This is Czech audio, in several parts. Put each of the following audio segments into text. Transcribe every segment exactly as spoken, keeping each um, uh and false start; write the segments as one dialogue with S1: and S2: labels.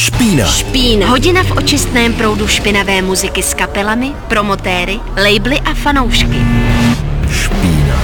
S1: Špína.
S2: Špína. Hodina v očistném proudu špinavé muziky s kapelami, promotéry, labely a fanoušky.
S1: Špína.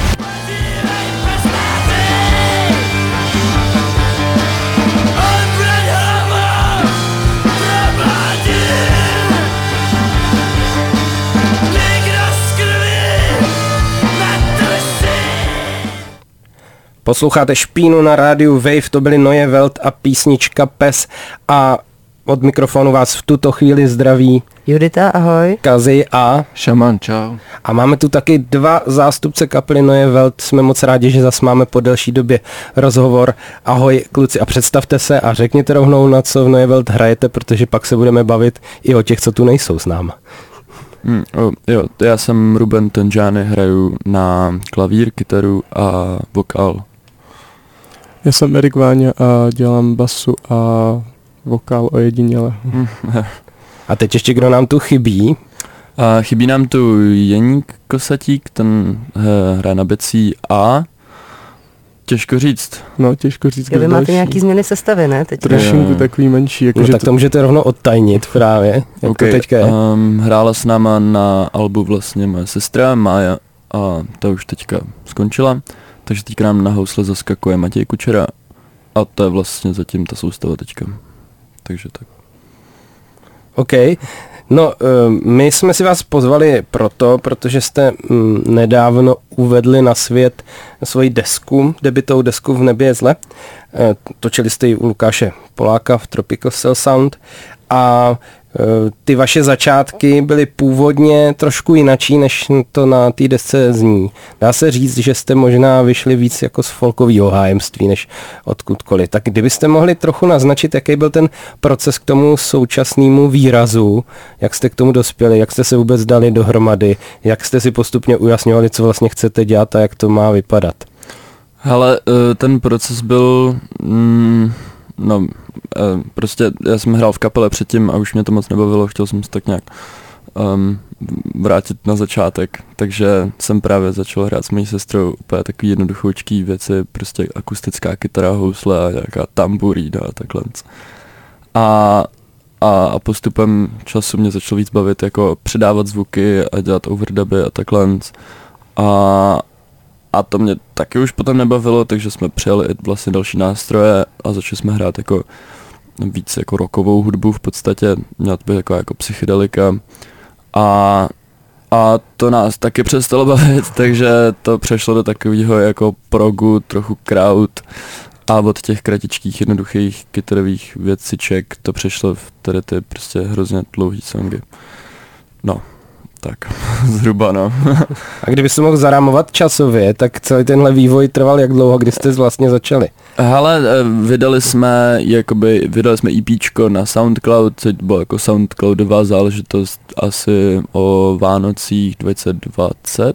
S1: Posloucháte Špínu na rádiu Wave, to byly Neue Welt a písnička Pes a od mikrofonu vás v tuto chvíli zdraví
S3: Judita, ahoj.
S4: Kazi a
S5: Šaman, čau.
S4: A máme tu taky dva zástupce kapely Neue Welt, jsme moc rádi, že zas máme po delší době rozhovor. Ahoj kluci a představte se a řekněte rovnou, na co v Neue Welt hrajete, protože pak se budeme bavit i o těch, co tu nejsou s náma.
S5: Hmm, oh, jo, já jsem Ruben Tenjani, hraju na klavír, kytaru a vokál.
S6: Já jsem Erik Váňa a dělám basu a vokál ojediněle.
S4: A teď ještě kdo nám tu chybí?
S5: A chybí nám tu Jeník Kosatík, ten he, hraje na bicí a těžko říct.
S6: No, těžko říct.
S3: Jo, vy máte nějaký změny sestavy, ne? Teď
S6: trošinku takový menší. Jako
S4: no,
S6: že
S4: tak
S6: to...
S4: to můžete rovnou odtajnit právě, jako
S5: okay,
S4: teďka je.
S5: Um, hrála s náma na albu vlastně moje sestra Mája a ta už teďka skončila, takže teďka nám na housle zaskakuje Matěj Kučera a to je vlastně zatím ta soustava teďka. Takže tak.
S4: OK. No, my jsme si vás pozvali proto, protože jste nedávno uvedli na svět svoji desku, debutovou desku V nebi je zle. Točili jste ji u Lukáše Poláka v Tropical Cell Sound a ty vaše začátky byly původně trošku jinačí, než to na té desce zní. Dá se říct, že jste možná vyšli víc jako z folkového hájemství, než odkudkoliv. Tak kdybyste mohli trochu naznačit, jaký byl ten proces k tomu současnému výrazu, jak jste k tomu dospěli, jak jste se vůbec dali dohromady, jak jste si postupně ujasňovali, co vlastně chcete dělat a jak to má vypadat.
S5: Hele, ten proces byl... Mm, no... Prostě já jsem hrál v kapele předtím a už mě to moc nebavilo, chtěl jsem se tak nějak um, vrátit na začátek, takže jsem právě začal hrát s mojí sestrou úplně takový jednoduchoučký věci, prostě akustická kytara, housle a nějaká tamburína a takhle. A, a, a postupem času mě začalo víc bavit jako předávat zvuky a dělat overduby a takhle. A A to mě taky už potom nebavilo, takže jsme přijali vlastně další nástroje a začali jsme hrát jako víc jako rockovou hudbu v podstatě, měla to být jako, jako psychedelika a, a to nás taky přestalo bavit, takže to přešlo do takového jako progu, trochu crowd a od těch kratičkých jednoduchých kytarových věciček to přešlo v tady ty prostě hrozně dlouhý songy. No. Tak, zhruba no.
S4: A kdybyste mohl zarámovat časově, tak celý tenhle vývoj trval jak dlouho, kdy jste vlastně začali?
S5: Hele, vydali jsme, jakoby, vydali jsme EPčko na SoundCloud, což bylo jako SoundCloudová záležitost asi o Vánocích dvacet dvacet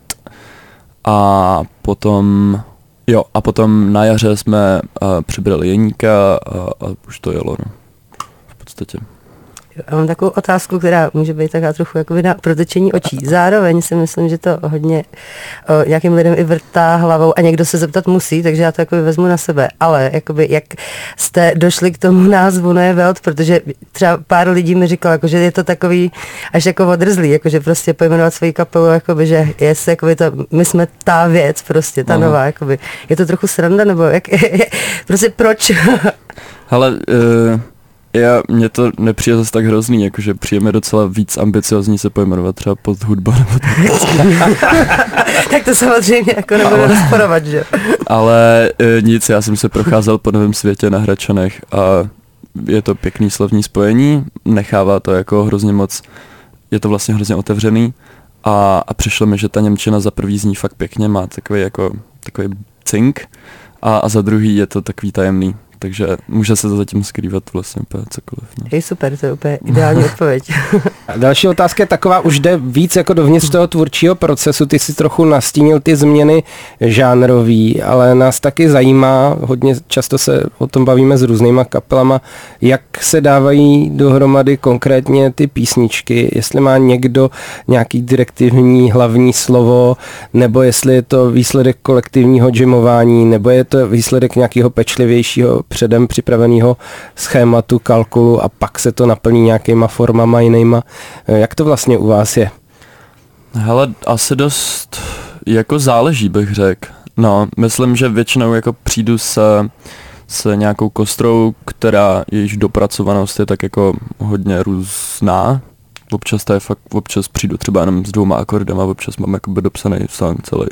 S5: a potom, jo, a potom na jaře jsme uh, přibrali Jeníka a, a už to jelo, no, v podstatě.
S3: Já mám takovou otázku, která může být taková trochu jako na protečení očí. Zároveň si myslím, že to hodně o, nějakým lidem i vrtá hlavou a někdo se zeptat musí, takže já to jako vezmu na sebe. Ale jakoby, jak jste došli k tomu názvu Neue Welt, protože třeba pár lidí mi říkalo, jako, že je to takový až jako odrzlý, jako, že prostě pojmenovat svoji kapelu, jakoby, že je, jakoby, to, my jsme ta věc, prostě ta Aha. nová. Jakoby. Je to trochu sranda, nebo jak, prostě proč?
S5: Hele, uh... Já, mně to nepřijde zase tak hrozný, jakože přijeme docela víc ambiciozní se pojmenovat třeba pod hudba nebo tak.
S3: Tak to samozřejmě jako nebudu ale, rozporovat, že?
S5: Ale e, nic, já jsem se procházel po novém světě na Hradčanech a je to pěkný slovní spojení, nechává to jako hrozně moc, je to vlastně hrozně otevřený a, a přišlo mi, že ta němčina za prvý zní fakt pěkně, má takový jako takový cink a, a za druhý je to takový tajemný. Takže může se to zatím skrývat vlastně úplně cokoliv. No.
S3: Hej, super, to je úplně ideální odpověď.
S4: A další otázka je taková, už jde víc jako dovnitř toho tvůrčího procesu, ty si trochu nastínil ty změny žánrový, ale nás taky zajímá, hodně často se o tom bavíme s různýma kapelama, jak se dávají dohromady konkrétně ty písničky, jestli má někdo nějaký direktivní hlavní slovo, nebo jestli je to výsledek kolektivního jamování, nebo je to výsledek nějakého pečlivějšího
S1: předem připraveného schématu, kalkulu a pak se to naplní nějakýma formama jinýma. Jak to vlastně u vás je?
S5: Hele, asi dost jako záleží, bych řekl. No, myslím, že většinou jako přijdu se, se nějakou kostrou, která jejíž dopracovanost je tak jako hodně různá. Občas to je fakt, občas přijdu třeba jenom s dvouma akordama, občas mám jakoby dopsaný song celý.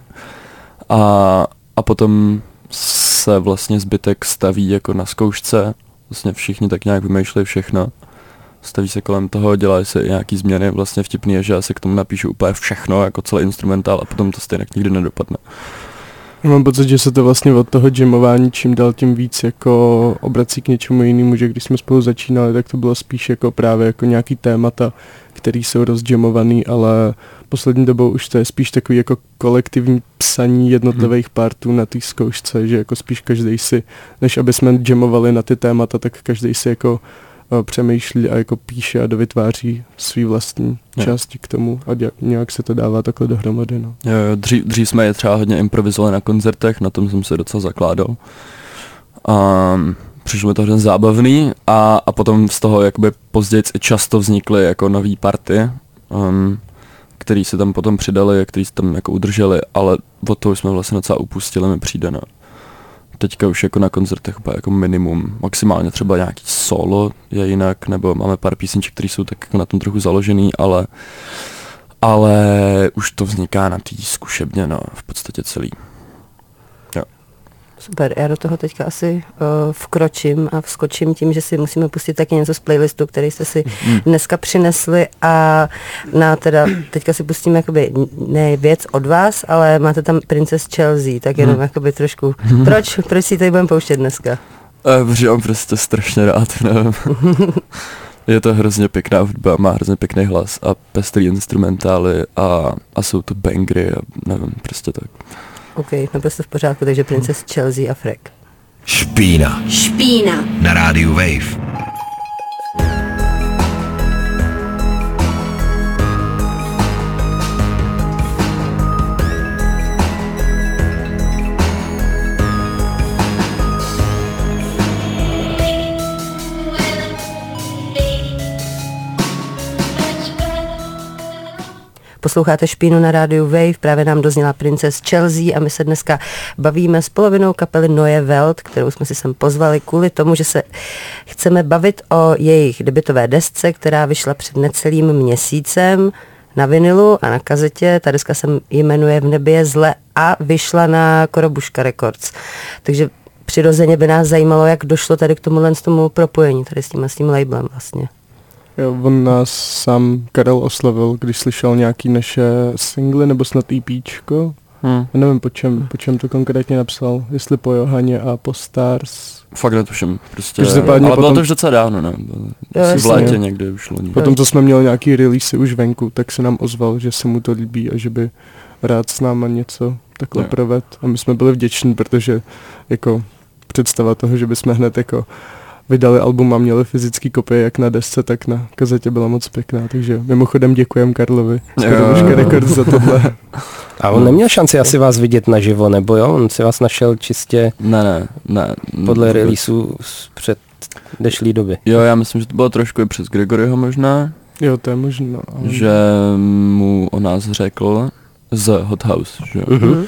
S5: A, a potom se vlastně zbytek staví jako na zkoušce, vlastně všichni tak nějak vymýšlejí všechno. Staví se kolem toho, dělají se i nějaký změny, vlastně vtipný je, že já se k tomu napíšu úplně všechno, jako celý instrumentál a potom to stejně nikdy nedopadne.
S6: Mám pocit, že se to vlastně od toho jamování čím dál tím víc jako obrací k něčemu jinému, že když jsme spolu začínali, tak to bylo spíš jako právě jako nějaký témata, které jsou rozjamovaný, ale poslední dobou už to je spíš takový jako kolektivní psaní jednotlivých partů na té zkoušce, že jako spíš každý si, než aby jsme jamovali na ty témata, tak každý si jako přemýšlí a jako píše a dovytváří svý vlastní je. části k tomu a děl, nějak se to dává takhle dohromady. No.
S5: Jo, jo, dřív, dřív jsme je třeba hodně improvizovali na koncertech, na tom jsem se docela zakládal. A přišlo mi to hrozně zábavný a, a potom z toho jakoby později i často vznikly jako nový party, um, který se tam potom přidali a který se tam jako udrželi, ale od toho jsme vlastně docela upustili, mi přijde, no. Teďka už jako na koncertech jako minimum, maximálně třeba nějaký solo je jinak, nebo máme pár písniček, které jsou tak jako na tom trochu založený, ale, ale už to vzniká na té zkušebně, no, v podstatě celý. Jo.
S3: Super, já do toho teďka asi uh, vkročím a vskočím tím, že si musíme pustit taky něco z playlistu, který jste si hmm. dneska přinesli a na teda, teďka si pustíme jakoby ne věc od vás, ale máte tam Princess Chelsea, tak jenom hmm. jakoby trošku, hmm. proč, proč si tady budeme pouštět dneska?
S5: Uh, protože mám prostě strašně rád, nevím. Je to hrozně pěkná hudba, má hrozně pěkný hlas a pestrý instrumentály a, a jsou to bangry a nevím, prostě tak.
S3: OK, naprosto v pořádku, takže Princess Chelsea a Frek.
S7: Špína.
S2: Špína.
S7: Na rádiu Wave.
S3: Posloucháte Špínu na rádiu Wave, právě nám dozněla Princess Chelsea a my se dneska bavíme s polovinou kapely Neue Welt, kterou jsme si sem pozvali kvůli tomu, že se chceme bavit o jejich debutové desce, která vyšla před necelým měsícem na vinilu a na kazetě. Ta deska se jmenuje V nebi je zle a vyšla na Korobuška Records. Takže přirozeně by nás zajímalo, jak došlo tady k tomuhle z tomu propojení, tady s tím, s tím labelem vlastně.
S6: Jo, on nás sám Karel oslovil, když slyšel nějaký naše singly nebo snad EPčko. Hmm. Já nevím, po čem, po čem to konkrétně napsal, jestli po Johaně a po Stars.
S5: Fakt netuším, prostě,
S6: ale
S5: potom,
S6: bylo
S5: to už docela dávno, ne? Jo, v létě někdy už loni.
S6: Potom, co jsme měli nějaký release už venku, tak se nám ozval, že se mu to líbí a že by rád s náma něco takhle proved. A my jsme byli vděční, protože jako představa toho, že bychom hned jako vydali album a měli fyzický kopie jak na desce, tak na kazetě byla moc pěkná, takže mimochodem děkujem Karlovi z Korobuška Records za tohle.
S1: A on neměl šanci asi vás vidět naživo, nebo jo? On si vás našel čistě
S5: ne, ne, ne,
S1: podle releaseu před dešlý doby.
S5: Jo, já myslím, že to bylo trošku i přes Gregoryho možná.
S6: Jo, to je možná. Ale...
S5: Že mu o nás řekl z Hot House, že jo. Mm-hmm.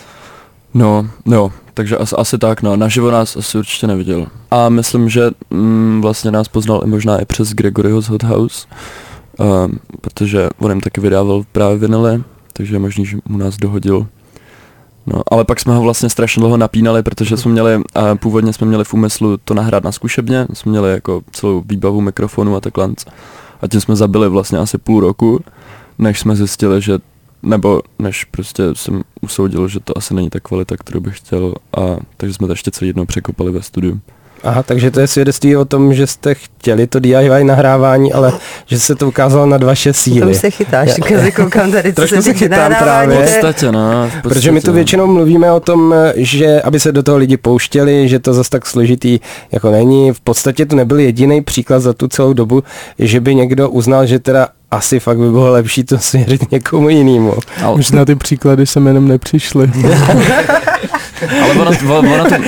S5: No, jo, takže asi, asi tak, no, naživo nás asi určitě neviděl. A myslím, že mm, vlastně nás poznal i možná i přes Gregoryho z Hot House, um, protože on jim taky vydával právě vinily, takže je možný, že mu nás dohodil. No, ale pak jsme ho vlastně strašně dlouho napínali, protože jsme měli, a původně jsme měli v úmyslu to nahrát na zkušebně, jsme měli jako celou výbavu mikrofonu a takhle. A tím jsme zabili vlastně asi půl roku, než jsme zjistili, že nebo než prostě jsem usoudil, že to asi není ta kvalita, kterou bych chtěl, a takže jsme to ještě celý jednou překopali ve studiu.
S1: Aha, takže to je svědectví o tom, že jste chtěli to D I Y nahrávání, ale že se to ukázalo nad vaše síly.
S3: Tam se chytáš, když koukám tady, co se
S1: se chytám právě.
S5: V podstatě, no, v podstatě.
S1: Protože my tu většinou mluvíme o tom, že aby se do toho lidi pouštěli, že to zas tak složitý jako není. V podstatě to nebyl jediný příklad za tu celou dobu, že by někdo uznal, že teda asi fakt by bylo lepší to svěřit někomu jinému.
S6: Ale... Možná ty příklady sem jenom nepřišly.
S5: Ale ono, ono, to,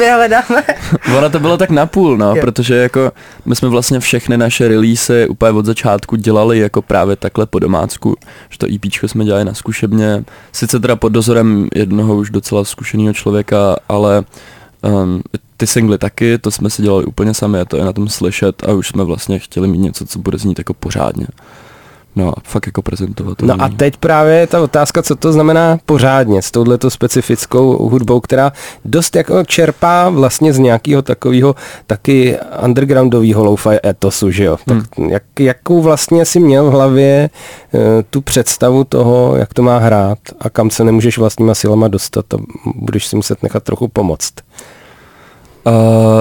S5: ono to bylo tak napůl, no, jo. Protože jako my jsme vlastně všechny naše releasy úplně od začátku dělali jako právě takhle po domácku, že to EPčko jsme dělali na zkušebně, sice teda pod dozorem jednoho už docela zkušeného člověka, ale um, ty singly taky, to jsme si dělali úplně sami a to je na tom slyšet a už jsme vlastně chtěli mít něco, co bude znít jako pořádně. No a fakt jako prezentovat.
S1: No a teď právě je ta otázka, co to znamená pořádně s touhleto specifickou hudbou, která dost jako čerpá vlastně z nějakého takového taky undergroundového lo-fi etosu, že jo? Hmm. Tak jak, jakou vlastně si měl v hlavě uh, tu představu toho, jak to má hrát a kam se nemůžeš vlastníma silama dostat a budeš si muset nechat trochu pomoct?
S5: Uh,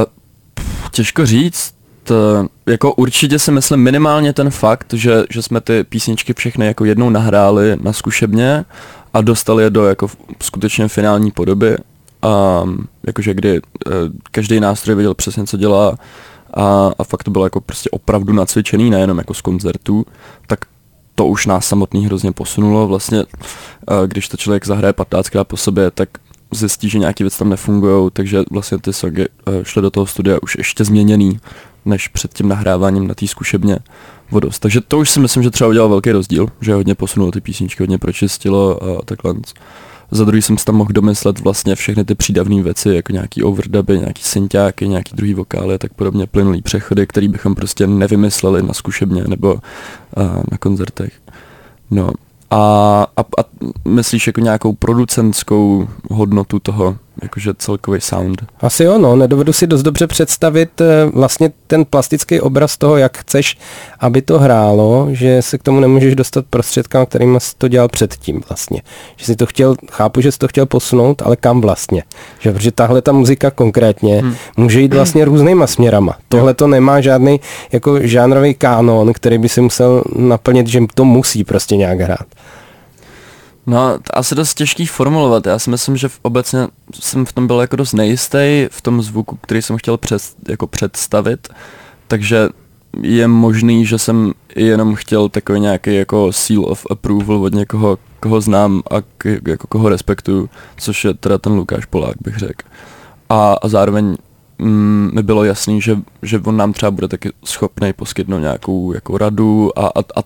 S5: těžko říct. Jako určitě si myslím minimálně ten fakt, že, že jsme ty písničky všechny jako jednou nahráli na zkušebně a dostali je do jako skutečně finální podoby a jakože kdy každý nástroj věděl přesně, co dělá a, a fakt to bylo jako prostě opravdu nacvičený, nejenom jako z koncertů, tak to už nás samotný hrozně posunulo. Vlastně když to člověk zahraje patnáctkrát po sobě, tak zjistí, že nějaký věc tam nefungujou, takže vlastně ty songy šly do toho studia už ještě změněný, než před tím nahráváním na té zkušebně vodost. Takže to už si myslím, že třeba udělal velký rozdíl, že hodně posunulo ty písničky, hodně pročistilo a takhle. Za druhý jsem si tam mohl domyslet vlastně všechny ty přídavné věci, jako nějaký overduby, nějaký synťáky, nějaký druhý vokály a tak podobně, plynulý přechody, který bychom prostě nevymysleli na zkušebně nebo uh, na koncertech. No. A, a, a myslíš jako nějakou producentskou hodnotu toho, jakože celkový sound?
S1: Asi jo, no, nedovedu si dost dobře představit vlastně ten plastický obraz toho, jak chceš, aby to hrálo, že se k tomu nemůžeš dostat prostředkama, kterým jsi to dělal předtím vlastně. Že jsi to chtěl, chápu, že jsi to chtěl posunout, ale kam vlastně? Že, protože tahle ta muzika konkrétně hmm. může jít vlastně různýma směrama. Tohle to nemá žádný jako žánrový kánon, který by si musel naplnit, že to musí prostě nějak hrát.
S5: No, to asi dost těžký formulovat. Já si myslím, že v obecně jsem v tom byl jako dost nejistý v tom zvuku, který jsem chtěl přes, jako představit, takže je možný, že jsem jenom chtěl takový nějaký jako seal of approval od někoho, koho znám a k, jako koho respektuju, což je teda ten Lukáš Polák, bych řekl. A, a zároveň mm, mi bylo jasný, že, že on nám třeba bude taky schopný poskytnout nějakou jako radu a, a, a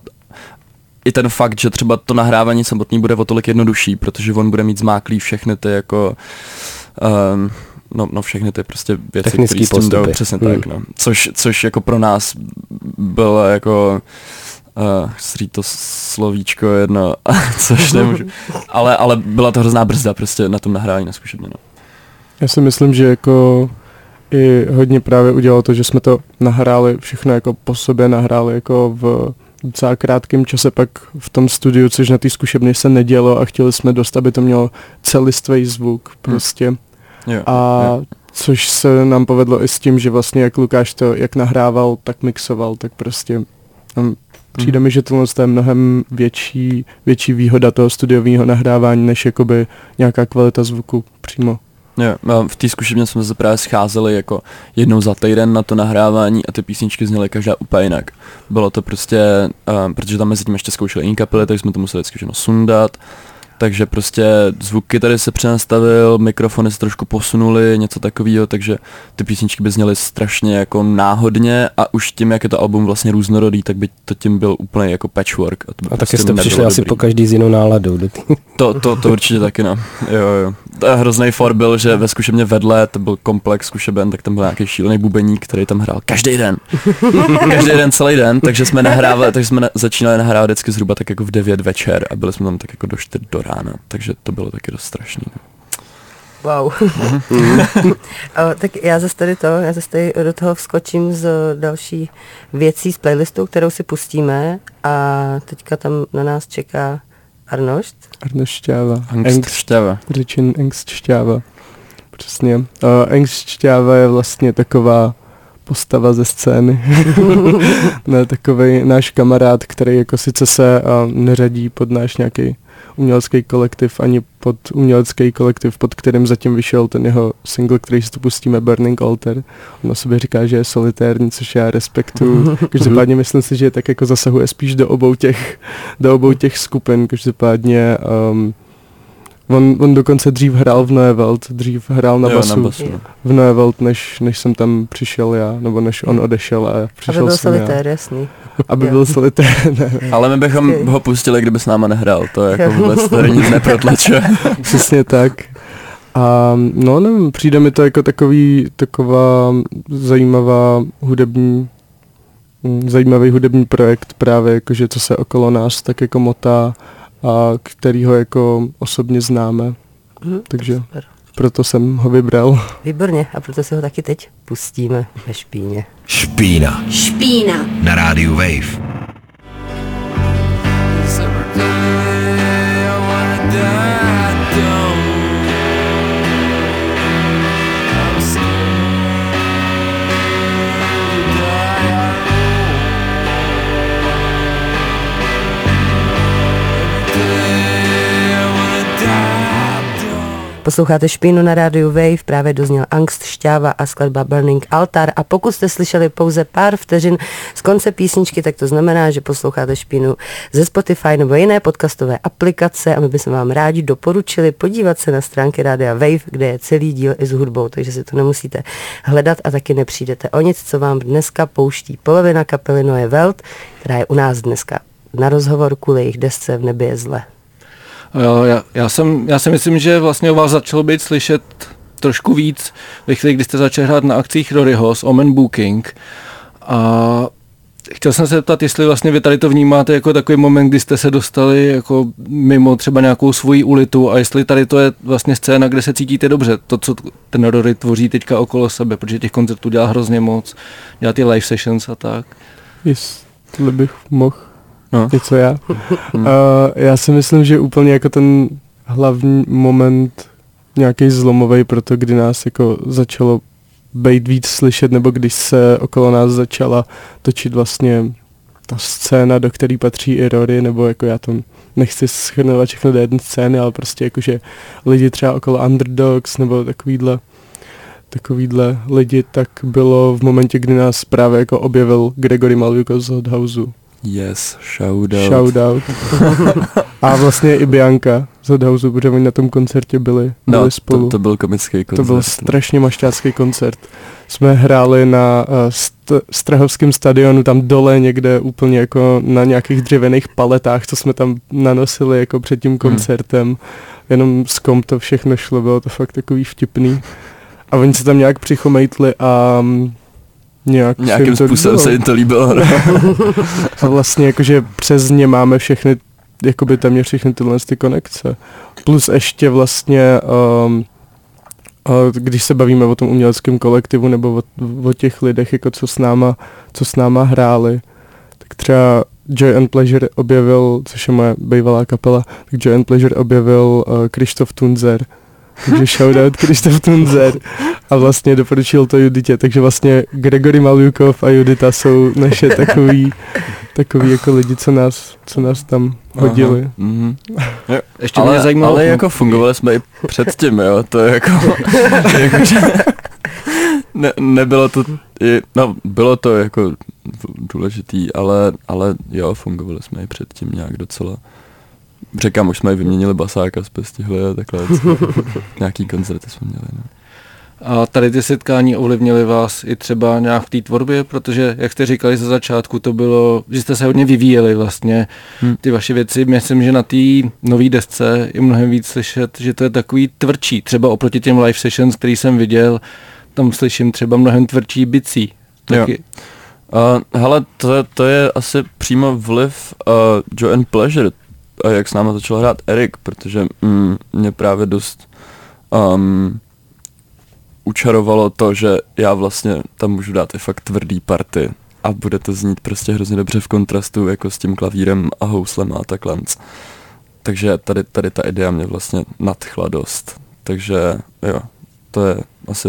S5: i ten fakt, že třeba to nahrávání samotný bude o tolik jednodušší, protože on bude mít zmáklý všechny ty jako um, no, no všechny ty prostě věci, které s tím jdou, přesně hmm. tak, no. Což, což jako pro nás bylo jako uh, sří to slovíčko jedno, což nemůžu. Ale, ale byla to hrozná brzda prostě na tom nahrávání na zkušebně, no.
S6: Já si myslím, že jako i hodně právě udělalo to, že jsme to nahráli všechno jako po sobě, nahráli jako v docela krátkém čase pak v tom studiu, což na té zkušebně se nedělo a chtěli jsme dost, aby to mělo celistvý zvuk prostě. Hmm. Jo, a jo. Což se nám povedlo i s tím, že vlastně jak Lukáš to jak nahrával, tak mixoval, tak prostě um, přijde hmm. mi, že tohle je mnohem větší, větší výhoda toho studiového nahrávání, než jakoby nějaká kvalita zvuku přímo.
S5: Jo, v té zkušebně jsme se právě scházeli jako jednou za týden na to nahrávání a ty písničky zněly každá úplně jinak. Bylo to prostě, uh, protože tam mezi tím ještě zkoušeli jiný kapely, tak jsme to museli vždycky všechno sundat. Takže prostě zvuky tady se přenastavil, mikrofony se trošku posunuly, něco takového, takže ty písničky by zněly strašně jako náhodně a už tím, jak je to album vlastně různorodý, tak by to tím byl úplně jako patchwork.
S1: A, a prostě taky jste přišli asi po každý s jinou náladou.
S5: To, to, to určitě taky, no. Jo, jo. To je hrozný for byl, že ve zkušebně vedle, to byl komplex zkušeben, tak tam byl nějaký šílený bubeník, který tam hrál každý den. Každý den, celý den, takže jsme nahrávali, takže jsme na, začínali nahrávat vždycky zhruba tak jako v devět večer a byli jsme tam tak jako do čtyř do rána, takže to bylo taky dost strašný.
S3: Wow. o, tak já zase tady to, já zase tady do toho vskočím z další věcí z playlistu, kterou si pustíme a teďka tam na nás čeká Arnošt.
S6: Arnošt Šťáva.
S5: Angst Šťáva.
S6: Řečen Angst Šťáva. Přesně. Uh, Angst Šťáva je vlastně taková postava ze scény. Ne, takovej náš kamarád, který jako sice se uh, neřadí pod náš nějaký umělecký kolektiv, ani pod umělecký kolektiv, pod kterým zatím vyšel ten jeho single, který si tu pustíme, Burning Altar. On o sobě říká, že je solitérní, což já respektuju. Každopádně myslím si, že tak jako zasahuje spíš do obou těch, do obou těch skupin. Každopádně um, On, on dokonce dřív hrál v Neue Welt, dřív hrál na
S5: jo,
S6: basu,
S5: na basu.
S6: v Neue Welt, než, než jsem tam přišel já, nebo než on odešel a přišel
S3: Aby byl
S6: jsem
S3: solitér,
S6: já.
S3: jasný.
S6: Aby
S3: Jo.
S6: byl solitér, ne.
S5: Ale my bychom ho pustili, kdyby s náma nehrál, to jako vůbec tady nic neprotlačuje.
S6: Přesně tak. A no nevím, přijde mi to jako takový, taková zajímavá hudební, mm, zajímavý hudební projekt právě, jakože co se okolo nás tak jako motá a který ho jako osobně známe.
S3: Mhm,
S6: Takže
S3: super.
S6: proto jsem ho vybral.
S3: Výborně, a proto si ho taky teď pustíme ve špíně.
S7: Špína
S2: Špína.
S7: na rádiu Wave.
S3: Posloucháte Špínu na rádiu Wave, právě dozněl Angst, Šťáva a skladba Burning Altar a pokud jste slyšeli pouze pár vteřin z konce písničky, tak to znamená, že posloucháte Špínu ze Spotify nebo jiné podcastové aplikace a my bychom vám rádi doporučili podívat se na stránky rádia Wave, kde je celý díl i s hudbou, takže si to nemusíte hledat a taky nepřijdete o nic, co vám dneska pouští polovina kapely Neue Welt, která je u nás dneska na rozhovor kvůli jejich desce V nebi je zle.
S8: Jo, já, já, jsem, já si myslím, že vlastně o vás začalo být slyšet trošku víc ve chvíli, kdy jste začali hrát na akcích Roryho s Omen Booking. A chtěl jsem se zeptat, jestli vlastně vy tady to vnímáte jako takový moment, kdy jste se dostali jako mimo třeba nějakou svoji ulitu a jestli tady to je vlastně scéna, kde se cítíte dobře, to, co ten Rory tvoří teďka okolo sebe, protože těch koncertů dělá hrozně moc, dělá ty live sessions a tak.
S6: Jestli bych mohl
S5: No.
S6: něco já. uh, já si myslím, že úplně jako ten hlavní moment nějaký zlomový pro to, kdy nás jako začalo být víc slyšet, nebo když se okolo nás začala točit vlastně ta scéna, do který patří i Rory, nebo jako já to nechci shrnovat všechno do jedné scény, ale prostě jakože lidi třeba okolo Underdogs, nebo takovýhle takovýhle lidi, tak bylo v momentě, kdy nás právě jako objevil Gregory Maljuko z Hothouseu.
S5: Yes, shoutout.
S6: Shoutout. A vlastně i Bianka z Hothouseu, protože oni na tom koncertě byli, byli
S5: No,
S6: spolu.
S5: to, to byl komický koncert.
S6: To byl strašně mašťácký koncert. Jsme hráli na uh, st- Strahovském stadionu, tam dole někde úplně jako na nějakých dřevěných paletách, co jsme tam nanosili jako před tím koncertem. Hmm. Jenom z kom to všechno šlo, bylo to fakt takový vtipný. A oni se tam nějak přichomejtli a um, nějak
S5: nějakým
S6: se
S5: způsobem se jim to líbilo. No.
S6: A vlastně jakože přes ně máme všechny, jakoby téměř všechny tyhle ty konekce. Plus ještě vlastně, um, když se bavíme o tom uměleckém kolektivu nebo o, o těch lidech, jako co s náma, co s náma hráli, tak třeba Joy and Pleasure objevil, což je moje bývalá kapela, tak Joy and Pleasure objevil uh, Krištof Tunzer. Takže shoutout Krištof Tunzer a vlastně doporučil to Juditě, takže vlastně Gregory Maljukov a Judita jsou naše takový, takový jako lidi, co nás, co nás tam hodili.
S5: Mm-hmm.
S8: Ještě
S5: ale,
S8: mě zajímalo,
S5: ale jako fungovali jsme i předtím, jo, to je jako, jako že ne, nebylo to, no bylo to jako důležitý, ale, ale jo, fungovali jsme i předtím nějak docela. Říkám, už jsme i vyměnili basáka, jsme stihli a takhle. Nějaký koncerty jsme měli. No.
S8: A tady ty setkání ovlivnily vás i třeba nějak v té tvorbě, protože, jak jste říkali ze začátku, to bylo, že jste se hodně vyvíjeli vlastně. Hmm. Ty vaše věci, myslím, že na té nové desce je mnohem víc slyšet, že to je takový tvrdší. Třeba oproti těm live sessions, který jsem viděl, tam slyším třeba mnohem tvrdší bicí. Taky.
S5: Uh, hele, to, to je asi přímo vliv uh, Joy and Pleasure, a jak s náma začal hrát Erik, protože mm, mě právě dost um, učarovalo to, že já vlastně tam můžu dát i fakt tvrdý party a bude to znít prostě hrozně dobře v kontrastu jako s tím klavírem a houslem a takhle. Takže tady, tady ta idea mě vlastně nadchla dost. Takže jo, to je asi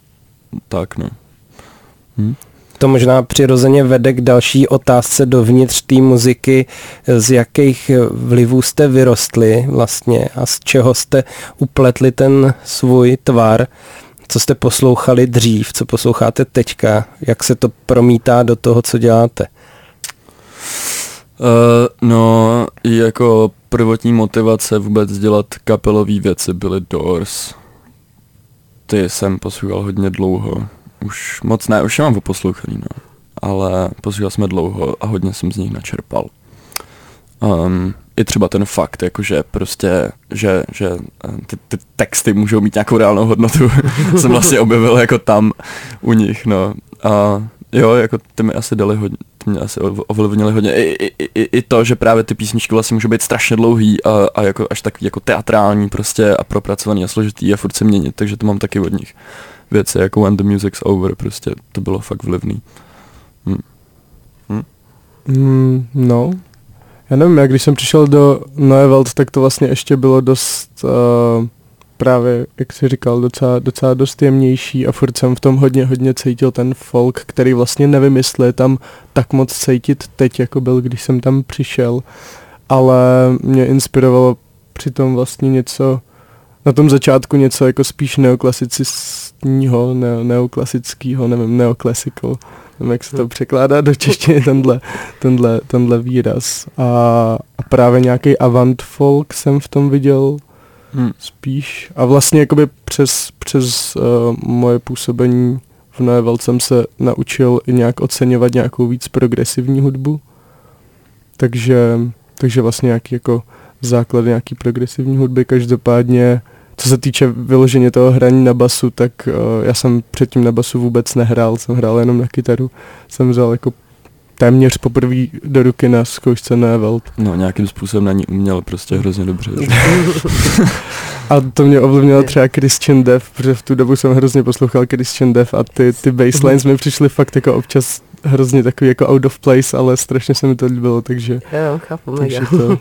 S5: tak, no. Hm?
S1: To možná přirozeně vede k další otázce dovnitř té muziky, z jakých vlivů jste vyrostli vlastně a z čeho jste upletli ten svůj tvar, co jste poslouchali dřív, co posloucháte teďka, jak se to promítá do toho, co děláte.
S5: Uh, no, jako prvotní motivace vůbec dělat kapelové věci byly Doors. Ty jsem poslouchal hodně dlouho. Už moc ne, už je mám poslouchaný, no. Ale poslouchal jsme dlouho a hodně jsem z nich načerpal. Um, I třeba ten fakt, jakože prostě, že, že ty, ty texty můžou mít nějakou reálnou hodnotu, jsem vlastně objevil jako tam u nich, no. A jo, jako ty mi asi dali hodně, ty mě asi ovlivnili hodně. I, i, i, I to, že právě ty písničky vlastně můžou být strašně dlouhý a, a jako až takový jako teatrální prostě a propracovaný a složitý a furt se měnit, takže to mám taky od nich věci, jako When the Music's Over, prostě to bylo fakt vlivný. Hm. Hm?
S6: Mm, no, já nevím, jak když jsem přišel do Neue Welt, tak to vlastně ještě bylo dost uh, právě, jak jsi říkal, docela, docela dost jemnější a furt jsem v tom hodně, hodně cítil ten folk, který vlastně nevím, jestli je tam tak moc cítit teď, jako byl, když jsem tam přišel, ale mě inspirovalo přitom vlastně něco, na tom začátku něco jako spíš neoklasicistního, ne, neoklasického, nevím, neoclassical, nevím, jak se to překládá do češtiny, tenhle, tenhle, tenhle výraz. A, a právě nějaký avant folk jsem v tom viděl hmm. spíš. A vlastně jakoby přes, přes uh, moje působení v Neue Welt jsem se naučil i nějak oceňovat nějakou víc progresivní hudbu. Takže, takže vlastně nějaký jako základ nějaký progresivní hudby. Každopádně, co se týče vyloženě toho hraní na basu, tak uh, já jsem předtím na basu vůbec nehrál, jsem hrál jenom na kytaru. Jsem vzal jako téměř poprvé do ruky na zkoušce Neue Welt.
S5: No, nějakým způsobem na ní uměl prostě hrozně dobře.
S6: A to mě ovlivnilo třeba Christian Death, protože v tu dobu jsem hrozně poslouchal Christian Death a ty, ty basslines mi přišly fakt jako občas hrozně takový jako out of place, ale strašně se mi to líbilo, takže...
S3: Jo, chápu,
S6: takže
S3: mega.
S6: to...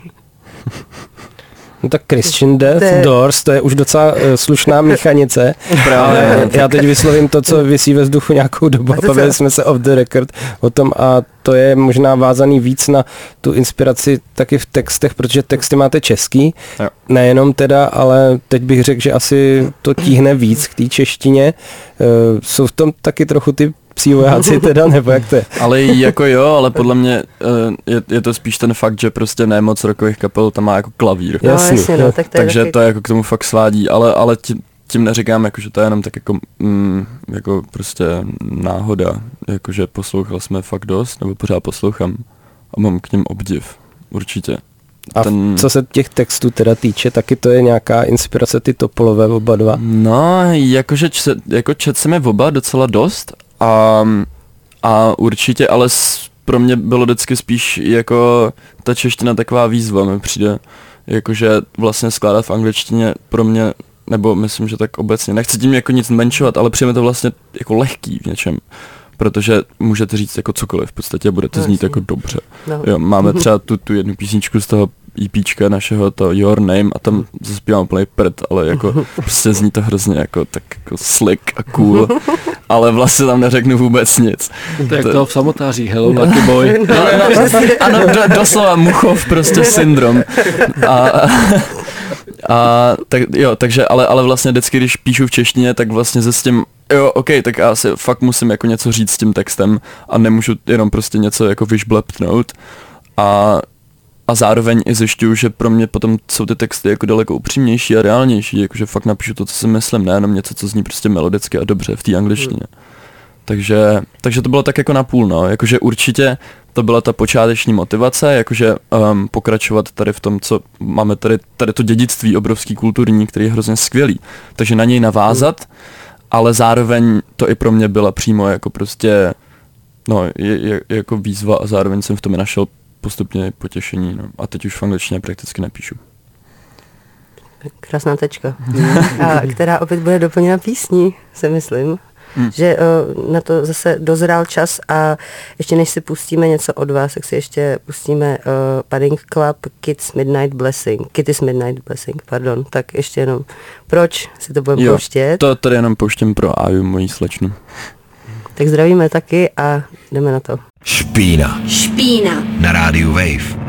S1: No tak Christian Death,
S3: To je-
S1: Doors, to je už docela uh, slušná mechanice. Ale já teď vyslovím to, co visí ve vzduchu nějakou dobu
S3: A
S1: a
S3: to
S1: bavili
S3: co?
S1: jsme se off the record o tom a to je možná vázaný víc na tu inspiraci taky v textech, protože texty máte český,
S5: Jo.
S1: nejenom teda, ale teď bych řekl, že asi to tíhne víc k té češtině. Uh, jsou v tom taky trochu ty psí vojáci teda, nebo jak to je?
S5: Ale jako jo, ale podle mě uh, je, je to spíš ten fakt, že prostě ne moc rockových kapel tam má jako klavír.
S3: No,
S1: Jasný,
S3: jasně,
S1: jo.
S3: no, tak to je
S5: Takže
S3: taky...
S5: to jako k tomu fakt svádí, ale, ale tím, tím neříkám, jako, že to je jenom tak jako, mm, jako prostě náhoda, jakože poslouchal jsme fakt dost, nebo pořád poslouchám a mám k něm obdiv, určitě.
S1: A Ten... co se těch textů teda týče, taky to je nějaká inspirace ty Topolové oba dva?
S5: No, jakože čet, jako čet jsem je oba docela dost a, a určitě, ale s, pro mě bylo vždycky spíš jako ta čeština taková výzva, mi přijde, jakože vlastně skládat v angličtině pro mě, nebo myslím, že tak obecně, nechci tím jako nic zmenšovat, ale přijde mi to vlastně jako lehký v něčem, protože můžete říct jako cokoliv, v podstatě bude to
S3: No,
S5: znít
S3: jasně.
S5: jako dobře.
S3: No.
S5: Jo, máme třeba tu, tu jednu písničku z toho EPčka našeho, to Your Name, a tam zaspívám úplný prd, ale jako prostě zní to hrozně jako tak jako slick a cool, ale vlastně tam neřeknu vůbec nic.
S8: To je jak to v samotáří, Hello Lucky Boy.
S5: No, no, ano, do, doslova Muchov prostě syndrom. A, a tak jo, takže, ale, ale vlastně vždycky, když píšu v češtině, tak vlastně se s tím, jo, ok, tak já si fakt musím jako něco říct s tím textem a nemůžu jenom prostě něco jako vyšbleptnout. A A zároveň i zjišťuju, že pro mě potom jsou ty texty jako daleko upřímnější a reálnější, jakože fakt napíšu to, co si myslím, nejenom něco, co zní prostě melodicky a dobře v té angličtině. Hmm. Takže, takže to bylo tak jako napůl, no, jakože určitě to byla ta počáteční motivace, jakože um, pokračovat tady v tom, co máme tady, tady to dědictví obrovský kulturní, který je hrozně skvělý, takže na něj navázat, hmm. ale zároveň to i pro mě byla přímo jako prostě, no, je, je, jako výzva a zároveň jsem v tom našel postupně potěšení, no. A teď už v angličtině prakticky nepíšu.
S3: Krásná tečka. A která opět bude doplněna písní, si myslím.
S5: Hmm.
S3: Že uh, na to zase dozrál čas a ještě než si pustíme něco od vás, tak si ještě pustíme uh, Padding Club Kids Midnight Blessing. Kitty's Midnight Blessing, pardon. Tak ještě jenom, proč si to budeme pouštět?
S5: To tady jenom pouštím pro Aju, mojí slečnu.
S3: Tak zdravíme taky a jdeme na to.
S7: Špína.
S2: Špína.
S7: Na rádiu Wave.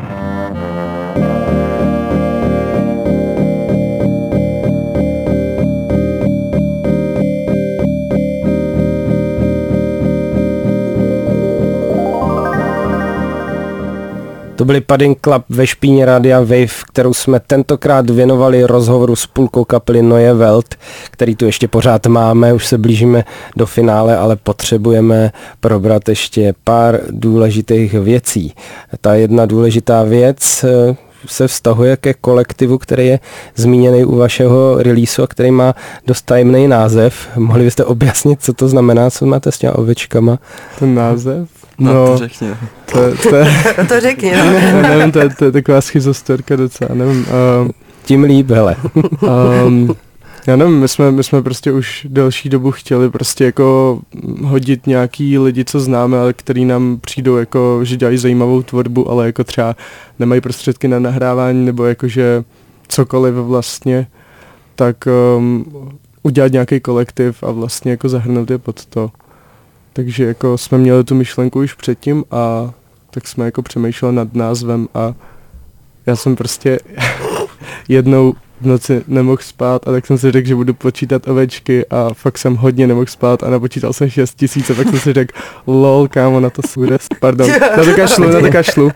S1: To byli Padding Club ve špíně Rádia Wave, kterou jsme tentokrát věnovali rozhovoru s půlkou kapely Neue Welt, který tu ještě pořád máme, už se blížíme do finále, ale potřebujeme probrat ještě pár důležitých věcí. Ta jedna důležitá věc se vztahuje ke kolektivu, který je zmíněný u vašeho releaseu a který má dost tajemný název. Mohli byste objasnit, co to znamená, co máte s těma ovečkama?
S6: Ten název?
S5: No,
S6: no
S5: to řekni.
S6: To, to,
S3: no to řekni, no.
S6: ne, nevím, to je, to je taková schizostorka docela, nevím. Uh,
S1: Tím líp, hele.
S6: um, já nevím, my jsme, my jsme prostě už delší dobu chtěli prostě jako hodit nějaký lidi, co známe, ale který nám přijdou jako, že dělají zajímavou tvorbu, ale jako třeba nemají prostředky na nahrávání nebo jakože cokoliv vlastně, tak um, udělat nějaký kolektiv a vlastně jako zahrnout je pod to. Takže jako jsme měli tu myšlenku už předtím a tak jsme jako přemýšleli nad názvem a já jsem prostě jednou v noci nemohl spát a tak jsem si řekl, že budu počítat ovečky a fakt jsem hodně nemohl spát a napočítal jsem šest tisíc a pak jsem si řekl, lol, kámo, na to bude, pardon, na to kašlu, na to kašlu.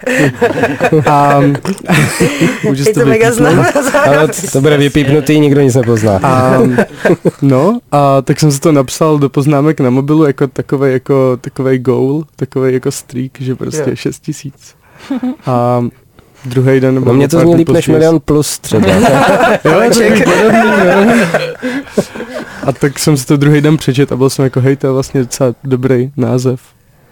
S6: A můžu si to vypípnout.
S1: Ale to bude vypípnutý, nikdo nic nepozná.
S6: A, no, a tak jsem si to napsal do poznámek na mobilu jako takovej, jako takovej goal, takovej jako streak, že prostě šest tisíc. A druhý den...
S1: No mě to zní líp než milion plus třeba.
S6: Jo, podobný, a tak jsem si to druhý den přečet a byl jsem jako, hej, to je vlastně docela dobrý název.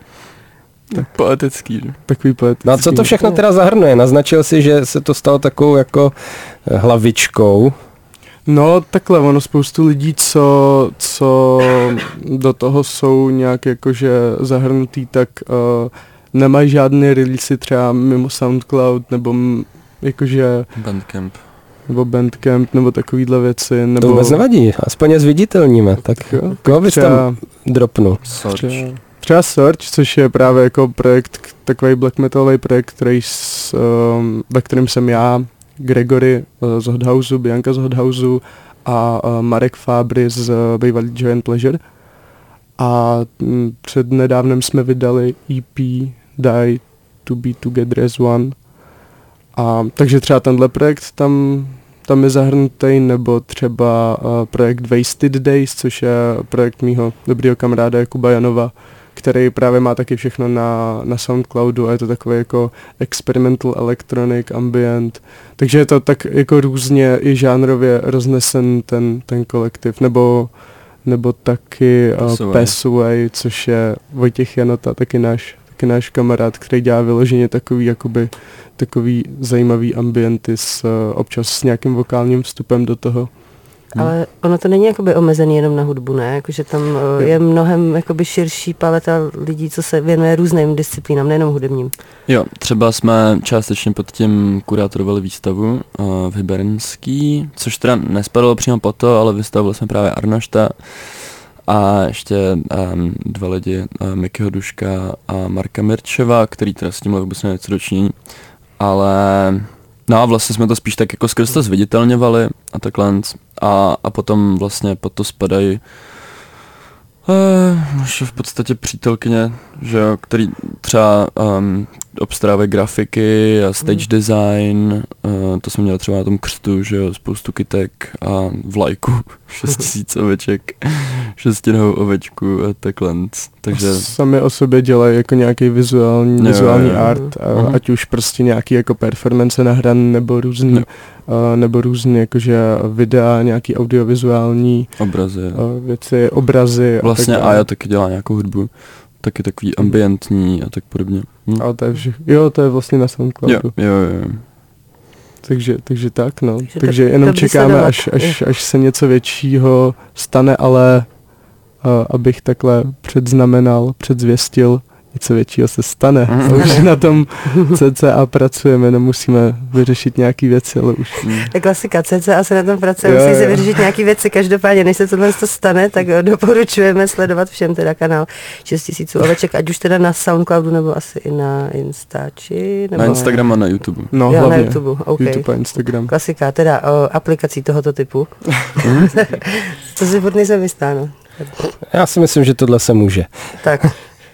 S5: Tak poetický, že?
S6: Takový poetický.
S1: No a co to všechno teda zahrnuje? Naznačil si, že se to stalo takovou jako hlavičkou.
S6: No takhle, ono spoustu lidí, co, co do toho jsou nějak jakože zahrnutý, tak uh, nemají žádné releasy třeba mimo SoundCloud, nebo m, jakože...
S5: Bandcamp.
S6: Nebo Bandcamp, nebo takovýhle věci, nebo...
S1: To vůbec nevadí, aspoň je zviditelníme, tak
S6: jo,
S1: koho bys tam dropnul?
S5: Sorge.
S6: Třeba, třeba Sorge, což je právě jako projekt, takový black metalový projekt, který s, um, ve kterém jsem já, Gregory uh, z Hothouseu, Bianca z Hothouseu a uh, Marek Fabry z uh, bývalý Giant Pleasure. A m, před nedávnem jsme vydali E P Die to be Together as One. A takže třeba tenhle projekt tam, tam je zahrnutý, nebo třeba uh, projekt Wasted Days, což je projekt mýho dobrýho kamaráda Jakuba Janova, který právě má taky všechno na, na SoundCloudu a je to takový jako experimental electronic ambient. Takže je to tak jako různě i žánrově roznesen ten, ten kolektiv, nebo nebo taky uh, Pass Away, což je Vojtěch Janota, taky náš, taky náš kamarád, který dělá vyloženě takový, jakoby, takový zajímavý ambienty s, uh, občas s nějakým vokálním vstupem do toho.
S3: Ale ono to není jakoby omezený jenom na hudbu, ne? Jakože tam uh, je mnohem jakoby širší paleta lidí, co se věnuje různým disciplínám, nejenom hudebním.
S5: Jo, třeba jsme částečně pod tím kurátorovali výstavu uh, v Hybernský, což teda nespadalo přímo po to, ale vystavili jsme právě Arnošta a ještě um, dva lidi, uh, Mikyho Duška a Marka Mirčeva, který teda s tímhle vůbec nevěc dočiní, ale no a vlastně jsme to spíš tak jako skrz to zviditelňovali a takhle a, a potom vlastně pod to spadají Uh, už v podstatě přítelkyně, že jo, který třeba um, obstarávají grafiky a stage mm. design, uh, to jsme měli třeba na tom křtu, že jo, spoustu kytek a v lajku šest tisíc oveček, šestinovou ovečku a takhle. Takže...
S6: Sami o sobě dělají jako nějaký vizuální, jo, vizuální jo, jo. art, a, uh-huh. ať už prostě nějaký jako performance nahran nebo různý, uh, nebo různý jakože videa, nějaký audiovizuální
S5: obrazy,
S6: uh, věci, obrazy.
S5: Vlastně a já taky dělá nějakou hudbu, taky takový ambientní a tak podobně. Hm.
S6: Ale to je vše, jo, to je vlastně na SoundCloudu.
S5: Jo, jo, jo.
S6: Takže, takže tak, no.
S3: Takže,
S6: takže
S3: to,
S6: jenom
S3: to
S6: čekáme, až, až, až se něco většího stane, ale uh, abych takhle předznamenal, předzvěstil, něco většího se stane. Mm. Už na tom C C A pracujeme, nemusíme vyřešit nějaký věci, ale už...
S3: Mm. Je klasika, C C A se na tom pracuje, jo, musí jo. se vyřešit nějaký věci, každopádně, než se tohle stane, tak doporučujeme sledovat všem teda kanál šest tisíc oveček, ať už teda na SoundCloudu, nebo asi i na Instači, nebo...
S5: Na Instagram a na YouTube.
S6: No,
S3: jo,
S6: hlavně.
S3: na YouTube, okay.
S6: YouTube a Instagram.
S3: Klasika, teda o aplikací tohoto typu. To si furt nejsem jistá, no.
S1: Já si myslím, že tohle se může.
S3: Tak.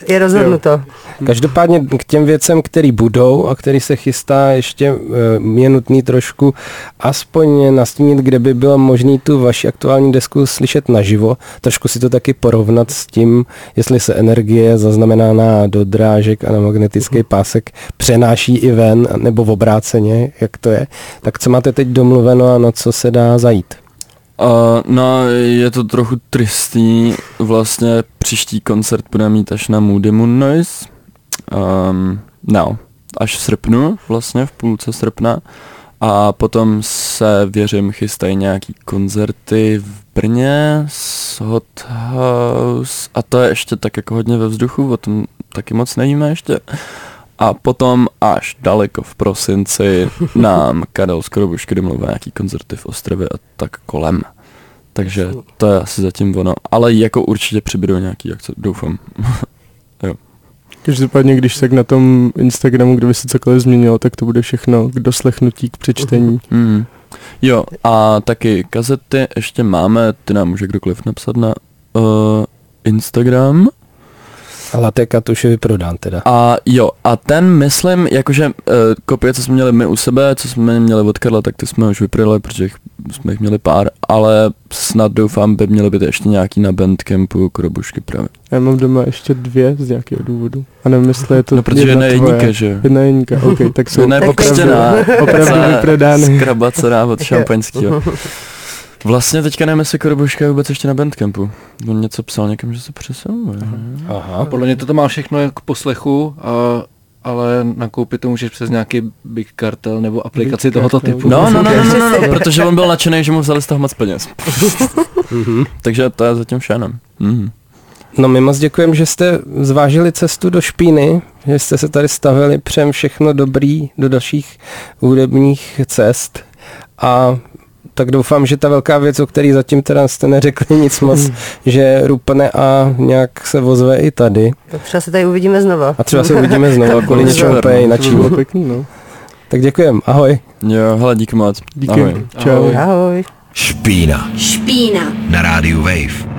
S3: Je rozhodnuto.
S1: Každopádně k těm věcem, které budou a který se chystá, ještě je nutný trošku aspoň nastínit, kde by bylo možné tu vaši aktuální desku slyšet naživo. Trošku si to taky porovnat s tím, jestli se energie zaznamenaná do drážek a na magnetický pásek přenáší i ven, nebo v obráceně, jak to je. Tak co máte teď domluveno a na co se dá zajít?
S5: Uh, no, je to trochu tristní, vlastně příští koncert bude mít až na Moody Moon Noise, um, no, až v srpnu, vlastně v půlce srpna, a potom se, věřím, chystají nějaký koncerty v Brně, s Hot House, a to je ještě tak jako hodně ve vzduchu, o tom taky moc nevíme ještě. A potom až daleko v prosinci nám Karel z Korobušky domluvil nějaký koncerty v Ostravě a tak kolem. Takže to je asi zatím ono. Ale jako určitě přibydou nějaký, jak to doufám. Jo.
S6: Každopádně, když tak na tom Instagramu, kde by se cokoliv změnilo, tak to bude všechno k doslechnutí, k přečtení.
S5: Mm. Jo, a taky kazety ještě máme, ty nám může kdokoliv napsat na uh, Instagram.
S1: A Latekat už je vyprodán teda.
S5: A jo, a ten myslím, jakože uh, kopie, co jsme měli my u sebe, co jsme měli od Karla, tak ty jsme už vyprodali, protože jsme jich měli pár, ale snad doufám, by měly být ještě nějaký na Bandcampu Korobušky právě.
S6: Já mám doma ještě dvě z nějakého důvodu. A nevím, jestli je to
S5: no, protože jedna je jedníka, že jo?
S6: Jedna je jedníka, ok, tak jsou
S5: jedna je pokřtěná,
S6: opravdu vyprodány.
S5: Skrabacená od šampaňského. Vlastně teďka nevím, jestli Korobuška je vůbec ještě na Bandcampu. On něco psal někam, že se přesiluje.
S8: Aha, podle mě to má všechno k poslechu, a, ale nakoupit to můžeš přes nějaký Big Cartel nebo aplikaci Big tohoto typu.
S5: No, no, no, no, no, no, no, protože on byl nadšený, že mu vzali z toho moc peněz. Takže to je zatím všechno. Mm.
S1: No my moc děkujeme, že jste zvážili cestu do Špíny, že jste se tady stavili, přejem všechno dobrý do dalších hudebních cest a tak doufám, že ta velká věc, o který zatím teda jste neřekli nic moc, že rupne a nějak se ozve i tady.
S3: Tak třeba se tady uvidíme znova.
S1: A třeba se uvidíme znova, kvůli něčemu úplně jinačímu.
S6: No.
S1: Tak děkujem, ahoj.
S5: Jo, hele, díky moc.
S6: Díky.
S5: Ahoj.
S6: Čau.
S3: Ahoj.
S7: Špína.
S2: Špína.
S7: Na rádiu Wave.